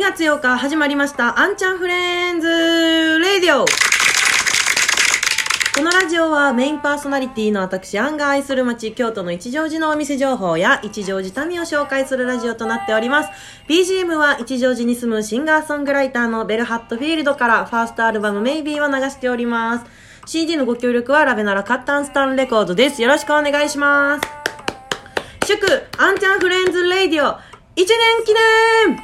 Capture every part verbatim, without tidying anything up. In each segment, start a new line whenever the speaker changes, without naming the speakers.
がつようか始まりましたあんちゃんフレンズレディオ。このラジオはメインパーソナリティの私アンが愛する街京都の一乗寺のお店情報や一乗寺民を紹介するラジオとなっております。 ビージーエム は一乗寺に住むシンガーソングライターのベルハットフィールドからファーストアルバムメイビーを流しております。 シーディー のご協力はラベナラカッタンスタンレコードです。よろしくお願いします。祝あんちゃんフレンズレディオいちねん記念。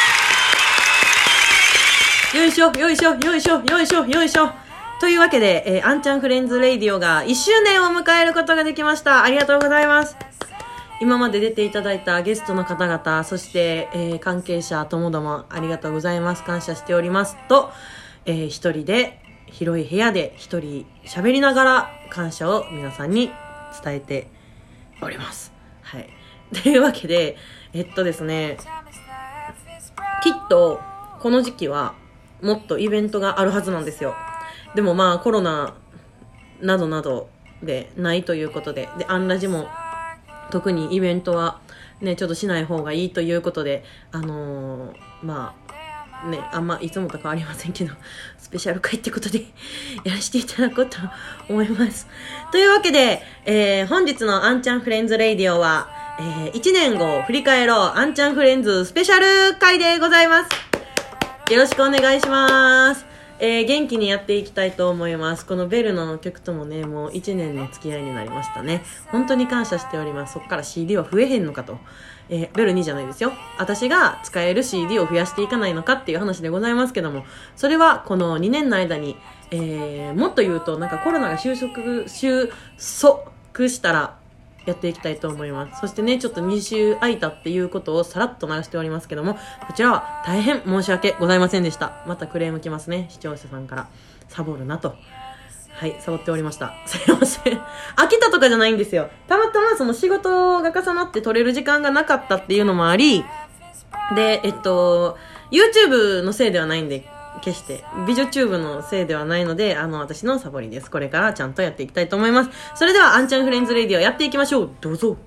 よいしょよいしょよいしょよいしょよいしょというわけで、えー、あんちゃんフレンズレディオがいっしゅうねんを迎えることができました。ありがとうございます。今まで出ていただいたゲストの方々、そして、えー、関係者ともどもありがとうございます。感謝しておりますと、えー、一人で広い部屋で一人喋りながら感謝を皆さんに伝えております。はい。というわけで、えっとですね、きっとこの時期はもっとイベントがあるはずなんですよ。でもまあコロナなどなどでないということで、でアンラジも特にイベントはねちょっとしない方がいいということで、あのー、まあねあんまいつもと変わりませんけどスペシャル回ってことでやらせていただこうと思います。というわけで、えー、本日のあんちゃんフレンズレディオは、えー、いちねんごを振り返ろうあんちゃんフレンズスペシャル回でございます。よろしくお願いします。えー、元気にやっていきたいと思います。このベルの曲ともね、もういちねんの付き合いになりましたね。本当に感謝しております。そっから シーディー は増えへんのかと。えー、ベルにじゃないですよ。私が使える シーディー を増やしていかないのかっていう話でございますけども、それはこのにねんの間に、えー、もっと言うと、なんかコロナが収束、収束したら、やっていきたいと思います。そしてね、ちょっとに週空いたっていうことをさらっと流しておりますけども、こちらは大変申し訳ございませんでした。またクレーム来ますね、視聴者さんから。サボるなと。はい、サボっておりました。すいません。飽きたとかじゃないんですよ。たまたまその仕事が重なって撮れる時間がなかったっていうのもあり、で、えっと、YouTube のせいではないんで、決して美女チューブのせいではないので、あの私のサボりです。これからちゃんとやっていきたいと思います。それではあんちゃんフレンズレディオやっていきましょう。どうぞ。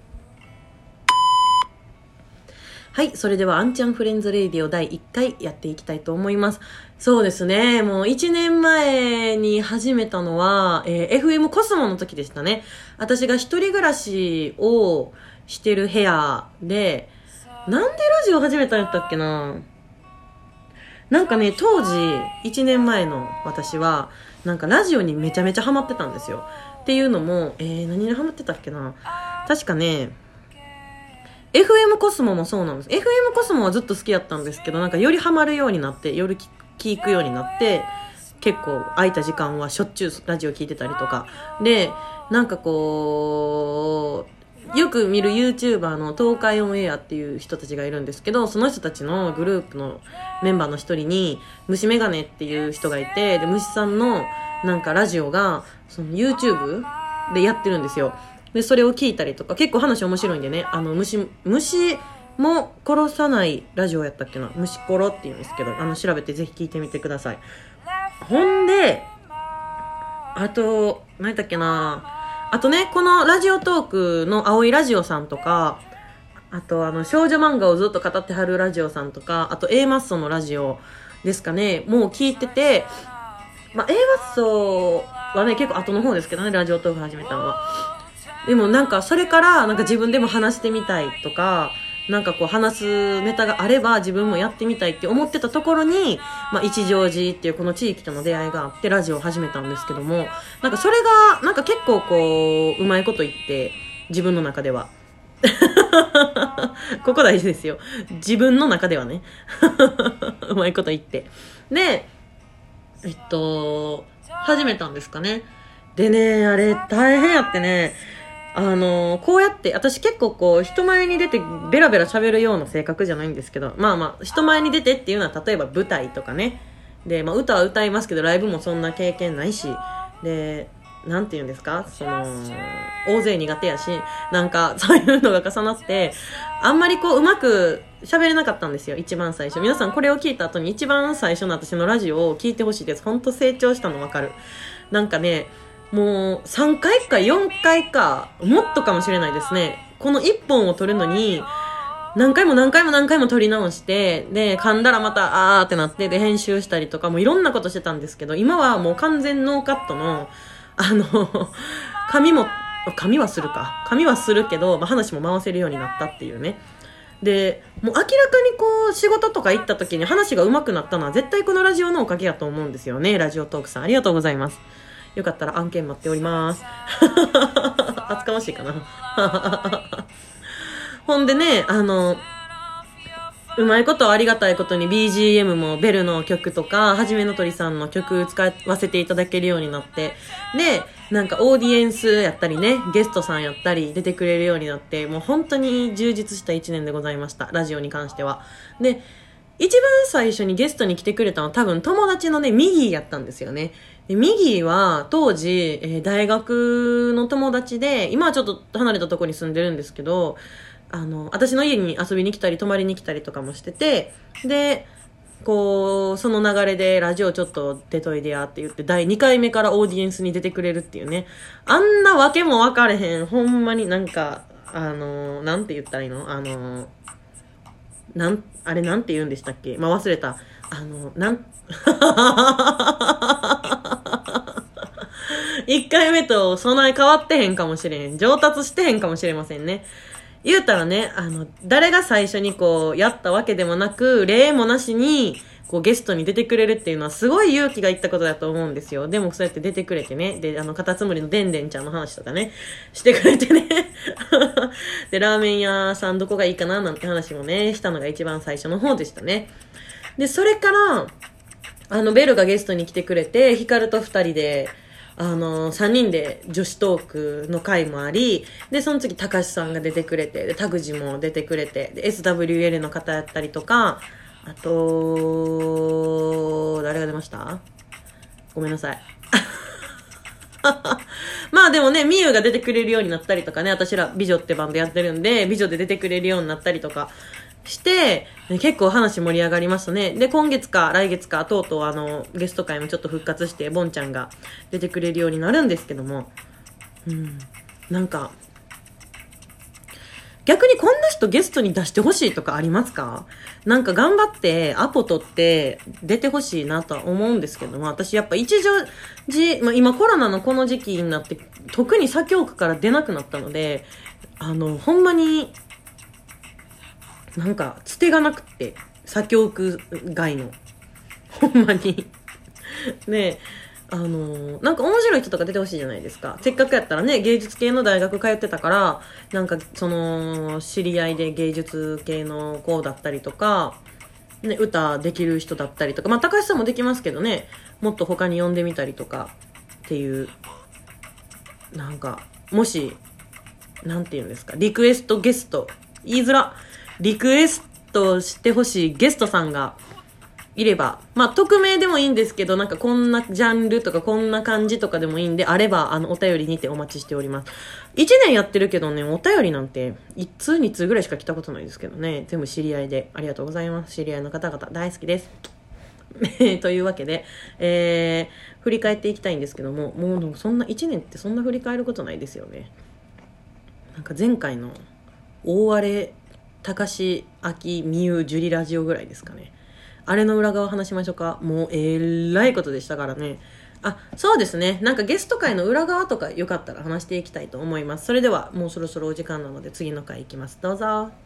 はい、それではあんちゃんフレンズレディオだいいっかいやっていきたいと思います。そうですね、もういちねんまえに始めたのは、えー、エフエム コスモの時でしたね。私が一人暮らしをしてる部屋で、なんでラジオ始めたんやったっけな。なんかね、当時いちねんまえの私はなんかラジオにめちゃめちゃハマってたんですよ。っていうのも、えー、何にハマってたっけな。確かね エフエム コスモもそうなんです。 エフエム コスモはずっと好きだったんですけど、なんかよりハマるようになって、夜聞くようになって、結構空いた時間はしょっちゅうラジオ聞いてたりとかで、なんかこうよく見る YouTuber の東海オンエアっていう人たちがいるんですけど、その人たちのグループのメンバーの一人に虫眼鏡っていう人がいて、で虫さんのなんかラジオがその YouTube でやってるんですよ。でそれを聞いたりとか、結構話面白いんでね、あの虫虫も殺さないラジオやったっけな、虫コロって言うんですけど、あの調べてぜひ聞いてみてください。ほんであと何だっけな、あとね、このラジオトークの青いラジオさんとか、あとあの少女漫画をずっと語ってはるラジオさんとか、あと A マッソのラジオですかね、もう聞いてて、まあ、A マッソはね結構後の方ですけどね、ラジオトーク始めたのは。でもなんかそれからなんか自分でも話してみたいとか、なんかこう話すネタがあれば自分もやってみたいって思ってたところに、まあ、一乗寺っていうこの地域との出会いがあってラジオを始めたんですけども、なんかそれがなんか結構こううまいこと言って、自分の中ではここ大事ですよ、自分の中ではねうまいこと言って、でえっと始めたんですかね。でね、あれ大変やってね、あのー、こうやって私結構こう人前に出てベラベラ喋るような性格じゃないんですけど、まあまあ人前に出てっていうのは例えば舞台とかねで、まあ、歌は歌いますけどライブもそんな経験ないし、でなんていうんですか、その大勢苦手やし、なんかそういうのが重なってあんまりこううまく喋れなかったんですよ。一番最初、皆さんこれを聞いた後に一番最初の私のラジオを聞いてほしいです。本当成長したの分かる。なんかね、もうさんかいかよんかいかもっとかもしれないですね。このいっぽんを撮るのに何回も何回も何回も撮り直して、で、噛んだらまた、あーってなって、で、編集したりとか、もういろんなことしてたんですけど、今はもう完全ノーカットの、あの、髪も、髪はするか。髪はするけど、まあ、話も回せるようになったっていうね。で、もう明らかにこう、仕事とか行った時に話が上手くなったのは、絶対このラジオのおかげやと思うんですよね。ラジオトークさん。ありがとうございます。よかったら案件待っております。厚かましいかな。ほんでね、あの、うまいことありがたいことに ビージーエム もベルの曲とか、はじめの鳥さんの曲使わせていただけるようになって、で、なんかオーディエンスやったりね、ゲストさんやったり出てくれるようになって、もう本当に充実した一年でございました。ラジオに関しては。で、一番最初にゲストに来てくれたのは多分友達のね、ミギーやったんですよね。でミギーは当時、えー、大学の友達で、今はちょっと離れたところに住んでるんですけど、あの、私の家に遊びに来たり泊まりに来たりとかもしてて、で、こう、その流れでラジオちょっと出といでやって言って、だいにかいめからオーディエンスに出てくれるっていうね。あんなわけもわかれへん。ほんまになんか、あの、なんて言ったらいいのあの、なん、あれなんて言うんでしたっけまあ、忘れた。あの、なん、いっかいめと備え変わってへんかもしれん。上達してへんかもしれませんね。言うたらね、あの、誰が最初にこう、やったわけでもなく、例もなしに、こう、ゲストに出てくれるっていうのは、すごい勇気がいったことだと思うんですよ。でも、そうやって出てくれてね。で、あの、カタツムリのでんでんちゃんの話とかね、してくれてね。で、ラーメン屋さんどこがいいかななんて話もね、したのが一番最初の方でしたね。で、それから、あの、ベルがゲストに来てくれて、ヒカルと二人で、あの、三人で女子トークの回もあり、で、その次、高橋さんが出てくれて、で、タグジも出てくれて、で、エスダブリューエル の方やったりとか、あと、誰が出ましたごめんなさい。まあでもね、ミユが出てくれるようになったりとかね、私ら美女ってバンドやってるんで、美女で出てくれるようになったりとかして、ね、結構話盛り上がりましたね。で、今月か来月か、とうとうあの、ゲスト会もちょっと復活して、ボンちゃんが出てくれるようになるんですけども、うん、なんか、逆にこんな人ゲストに出してほしいとかありますか？なんか頑張ってアポ取って出てほしいなとは思うんですけども、私やっぱ一時、まあ、今コロナのこの時期になって特に左京区から出なくなったので、あのほんまになんかつてがなくって左京区外のほんまにねあのー、なんか面白い人とか出てほしいじゃないですか。せっかくやったらね、芸術系の大学通ってたから、なんかその、知り合いで芸術系の子だったりとか、ね、歌できる人だったりとか、まあ高橋さんもできますけどね、もっと他に呼んでみたりとかっていう、なんか、もし、なんて言うんですか、リクエストゲスト、言いづら、リクエストしてほしいゲストさんが、いれば、まあ、匿名でもいいんですけど、なんかこんなジャンルとかこんな感じとかでもいいんで、あれば、あの、お便りにてお待ちしております。一年やってるけどね、お便りなんて、一通二通ぐらいしか来たことないですけどね、全部知り合いで、ありがとうございます。知り合いの方々、大好きです。というわけで、えー、振り返っていきたいんですけども、もうそんな一年ってそんな振り返ることないですよね。なんか前回の、大荒れ、高志、秋、美優、ジュリラジオぐらいですかね。あれの裏側話しましょうか。もうえらいことでしたからね。あ、そうですね。なんかゲスト会の裏側とかよかったら話していきたいと思います。それではもうそろそろお時間なので次の回いきます。どうぞ。